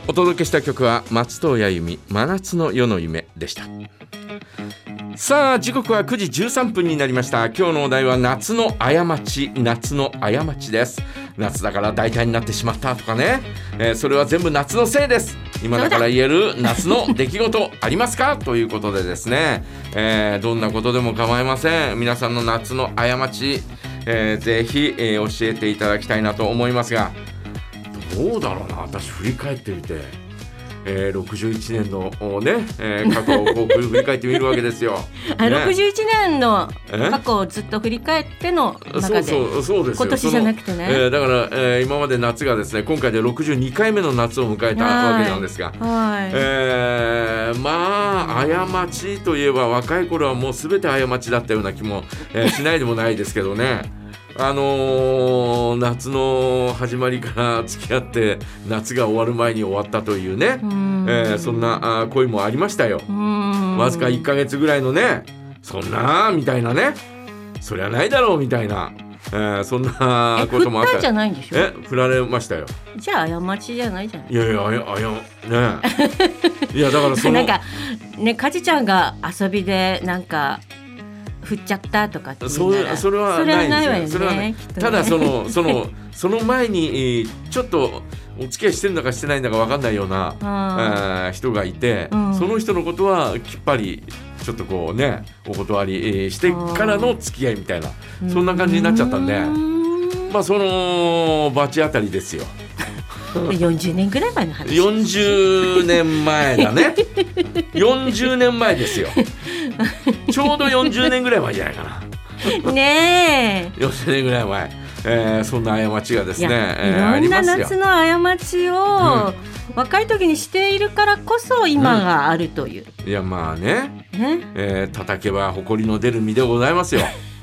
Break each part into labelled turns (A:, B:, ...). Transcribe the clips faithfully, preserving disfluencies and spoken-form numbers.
A: お届けした曲は松任谷由実、真夏の夜の夢でした。さあ時刻はくじじゅうさんぷんになりました。今日のお題は夏の過ち、夏の過ちです。夏だから大体になってしまったとかね、えー、それは全部夏のせいです。今だから言える夏の出来事ありますかということでですね、えー、どんなことでも構いません。皆さんの夏の過ち、えー、ぜひ、えー、教えていただきたいなと思いますが、どうだろうな。私振り返ってみて、えー、ろくじゅういちねんの、ねえー、過去をこう振り返ってみるわけですよ、
B: あ、
A: ね、
B: ろくじゅういちねんの過去をずっと振り返っての中で、
A: そうそうそうですよ。
B: 今年じゃなくてね、
A: えー、だから、えー、今まで夏がですね、今回でろくじゅうにかいめの夏を迎えたわけなんですが、
B: はい、
A: えー、まあ過ちといえば若い頃はもう全て過ちだったような気も、えー、しないでもないですけどねあのー、夏の始まりから付き合って夏が終わる前に終わったというね、えー、そんなあ恋もありましたよ。わずかいっかげつぐらいのね、そんなみたいなね、そりゃないだろうみたいな、えー、そんなこともあった。
B: 振ったんじゃないんでしょ。
A: え振られましたよ。
B: じゃあ過ちじゃないじゃない。
A: いやいやあやあやねいやだからその
B: なんかね、かじちゃんが遊びでなんか振っちゃったとかって言うなら、
A: それはないんですよ。それはないわよね。
B: きっとね。
A: ただそのそのその前にちょっとお付き合いしてるのかしてないんだか分かんないような、えー、人がいて、うん、その人のことはきっぱりちょっとこうねお断りしてからの付き合いみたいな、そんな感じになっちゃったんで、まあそのバチ当たりですよ。
B: よんじゅうねんぐらい前の話。
A: よんじゅうねんまえだね。よんじゅうねんまえですよ。ちょうどよんじゅうねんぐらい前じゃないかな。
B: ねえ。
A: よんじゅうねんぐらい前、えー、そんな過ちがですね、
B: いろんな夏の過ちを、うん、若い時にしているからこそ今があるという。
A: うん、いやまあね、
B: ね、
A: えー、叩けば埃の出る身でございますよ。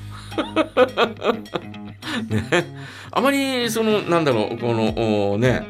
A: ね、あまりそのなんだろうこのね、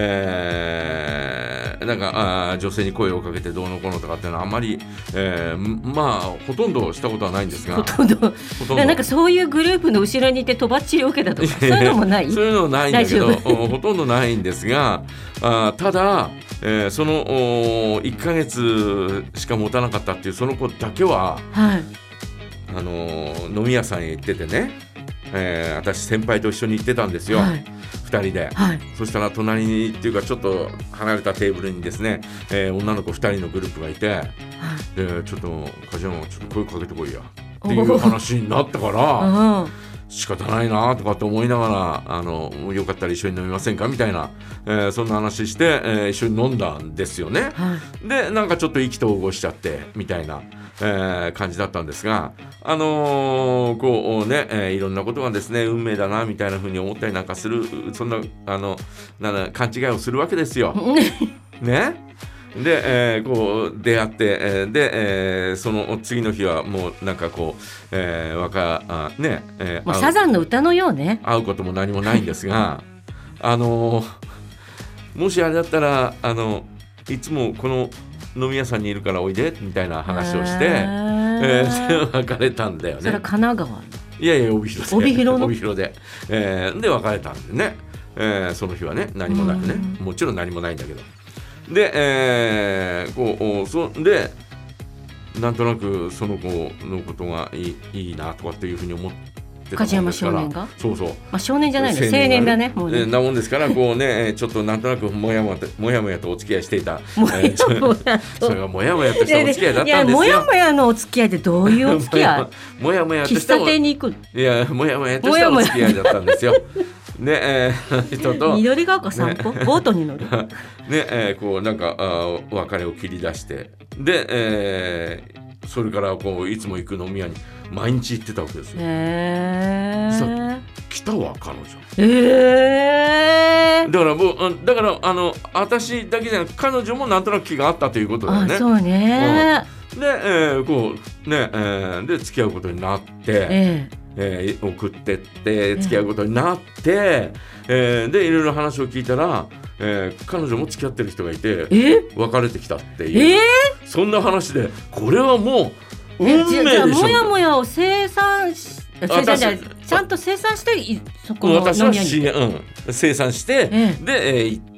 A: えー、なんかあ女性に声をかけてどうのこうのとかっていうのはあんまり、えー、まあほとんどしたことはないんですが、
B: ほとんど、ほとんどなんかそういうグループの後ろにいてとばっちりを受けたとかそういうのもない。
A: そういうのないんだけどほとんどないんですが、あただ、えー、そのいっかげつしか持たなかったっていうその子だけは、
B: はい、
A: あの飲み屋さんへ行っててね、えー、私先輩と一緒に行ってたんですよ、はい、ふたりで、はい、そしたら隣にっていうかちょっと離れたテーブルにですね、えー、女の子ふたりのグループがいて、はい、でちょっと梶山ちょっと声かけてこいやっていう話になったから仕方ないなとかって思いながら、あのよかったら一緒に飲みませんかみたいな、えー、そんな話して、えー、一緒に飲んだんですよね、はい、でなんかちょっと意気投合しちゃってみたいな、えー、感じだったんですが、あのー、こうね、えー、いろんなことがですね運命だなみたいな風に思ったりなんかする、そんなあのなん勘違いをするわけですよ。ね。で、えー、こう出会って、えー、で、えー、その次の日はもうなんかこう、えー、若あね、えー、
B: もうサザンの歌のようね。
A: 会うことも何もないんですが、あのー、もしあれだったらあのいつもこの飲み屋さんにいるからおいでみたいな話をして、えー、別れたんだよね。
B: それは神奈川。
A: いやいや帯広で。
B: 帯広の
A: 帯広で、えー、で別れたんでね、えー、その日はね何もなくね、もちろん何もないんだけど。で、えー、こうそでなんとなくその子のことがい い, いいなとかっていうふうに思って
B: 梶山少年が
A: そうそう、
B: まあ、少年じゃないね、青年だね、もうね、
A: なもんですからこうねちょっとなんとなくもやもやともやもやとお付き合いしていた
B: もやもや
A: とそれがもやもやとしたお付き合いだったんですよ。いや
B: もやもやのお付き合いってどういうお付き合い
A: もやもやとした
B: 喫茶店に行く
A: いやもやもやとしたお付き合いだったんですよ。ねえー、人と
B: 緑が丘散歩、ね、ボートに乗る
A: ねえー、こうなんかあ別れを切り出してで、えー、それからこういつも行く飲み屋に毎日行ってたわけですよ。
B: へー
A: 来たわ彼女。
B: へー
A: だからもうだからあの私だけじゃなく彼女もなんとなく気があったということだよね。
B: あそうね、
A: うん、で、えー、こうね、えー、で付き合うことになって、えーえー、送ってって付き合うことになって、えー、でいろいろ話を聞いたら、えー、彼女も付き合ってる人がいて別れてきたっていう、えー、そんな話でこれはもう運命でしょ。じゃあ
B: もやもやを生産し生産じゃちゃんと生産してそこの
A: 私は、うん、生産して、えー、で、えー、行っ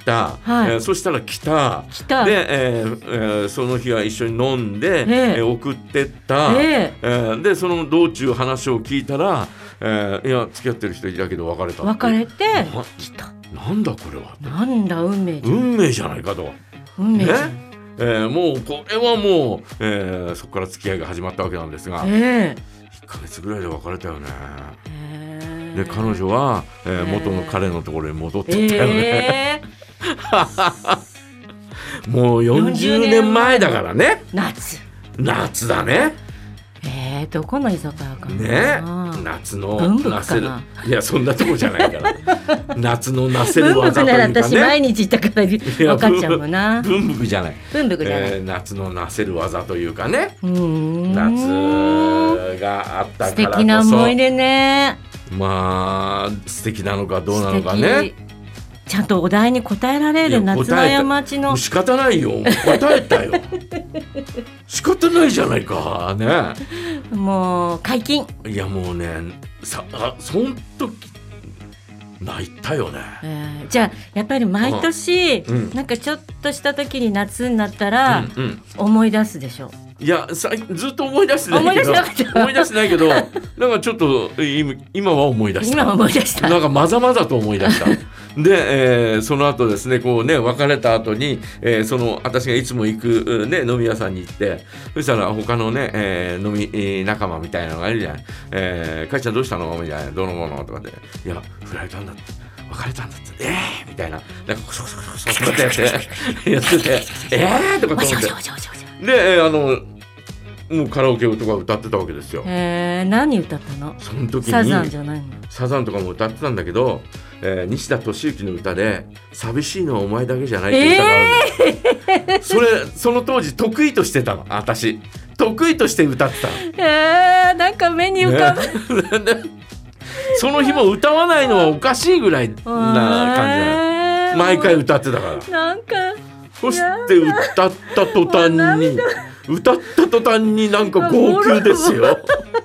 A: た、
B: はい、
A: えー、そしたら来た、
B: 来た
A: で、えーえー、その日は一緒に飲んで、えー、送ってった、
B: えー
A: えー、でその道中話を聞いたら、えー、いや付き合ってる人いたけど別れたって
B: 別れて
A: 来た、なんだこれは、
B: なんだ運命じゃん、
A: 運命じゃないかと、
B: 運命じゃん、
A: ね、えー、もうこれはもう、えー、そこから付き合いが始まったわけなんですが、
B: えー、
A: いっかげつぐらいで別れたよね。
B: えー
A: で彼女は、えー、元の彼のところに戻ってったよね、えー、もうよんじゅうねんまえだからね。
B: 夏
A: 夏だね。
B: えー、どこの居酒屋かな
A: ね、夏の
B: 文福
A: なせる、
B: かな、
A: いやそんなとこじゃないから夏のなせる技というかね、
B: 文福なら私毎日行ったから分かっちゃうもんな。
A: 文福じゃない、
B: 文福じゃない、
A: えー、夏のなせる技というかね、
B: うーん、
A: 夏があったからこそ
B: 素敵な思い出ね。
A: まあ素敵なのかどうなのかね、
B: ちゃんとお題に答えられる夏の過ちの、
A: 仕方ないよ、答えたよ仕方ないじゃないかね。
B: もう解禁。
A: いやもうね、さあそん時泣いたよね、
B: えー、じゃあやっぱり毎年、うん、なんかちょっとした時に夏になったら、うんうん、思い出すでしょ。
A: いやさずっと思い出してないけど思い出してないけどなんかちょっと今は思い出した。
B: 今は思い出した。
A: なんかまざまざと思い出したで、えー、その後ですねこうね別れた後に、えー、その私がいつも行く、ね、飲み屋さんに行って、そしたら他のね、えー、飲み仲間みたいなのがいるじゃない、えー、かいちゃんどうしたのみたいな、どうのものとかで、いや振られたんだって別れたんだって、えーみたいな、なんかコソコソコソコソってやってやっててえーとかと思ってで、あのもうカラオケとか歌ってたわけですよ。
B: えー、何歌ったの？
A: その時に
B: サザンじゃないの？
A: サザンとかも歌ってたんだけど、えー、西田敏行の歌で寂しいのはお前だけじゃないって歌があるんだよ、えー、それその当時得意としてたの、私得意として歌ってたの。
B: えー、なんか目に浮かぶ、
A: ね、その日も歌わないのはおかしいぐらいな感じだ、えー、毎回歌ってたから。
B: なんか
A: そして歌った途端に歌った途端になんか号泣ですよ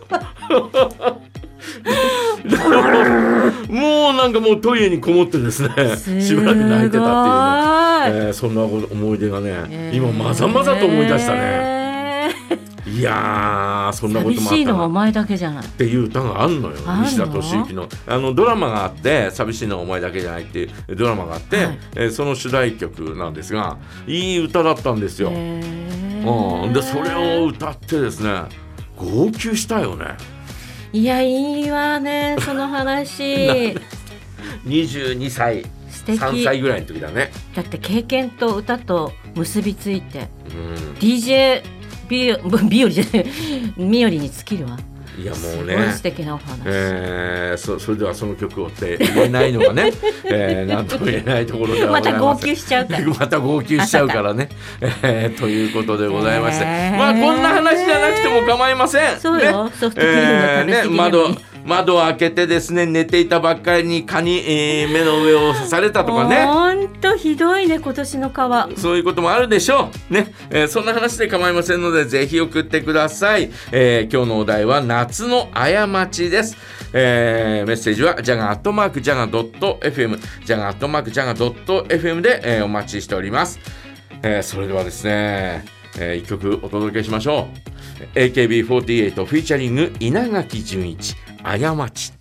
A: もうなんかもうトイレにこもってですねしばらく泣いてたっていうね、えー、そんな思い出がね、えー、今まざまざと思い出したね、えー、いやーそんなこともあったな。
B: 寂しいのはお前だけじゃないって
A: いう歌があるのよ、西田敏行のあのドラマがあって、寂しいのはお前だけじゃないっていうドラマがあって、はい、えー、その主題曲なんですが、いい歌だったんですよ、えーうん、でそれを歌ってですね号泣したよね。
B: いやいいわねその話
A: にじゅうにさいさんさいぐらいの時だね。
B: だって経験と歌と結びついて、うん、ディージェー ビオビオリじゃないミオリに尽きるわ。
A: いやもうね
B: すごい素敵なお話、
A: えー、そ, それではその曲をって言えないのがね、えー、なんとも言えないところではございます。
B: また号泣しちゃうから
A: また号泣しちゃうからね、えー、ということでございまして、えー、まあこんな話じゃなくても構いません。
B: そうよ、ね、ソフトクリームの食べ過ぎでもいい、えーね、
A: 窓窓を開けてですね寝ていたばっかりに蚊に、えー、目の上を刺されたとかね。
B: ほんとひどいね今年の蚊。
A: そういうこともあるでしょうね、えー、そんな話で構いませんのでぜひ送ってください、えー、今日のお題は夏の過ちです、えー、メッセージはジャガアットマークジャガドット エフエム ジャガアットマークジャガドット エフエム で、えー、お待ちしております、えー、それではですね、えー、いっきょくお届けしましょう。 エーケービーフォーティーエイト フィーチャリング稲垣潤一過ち。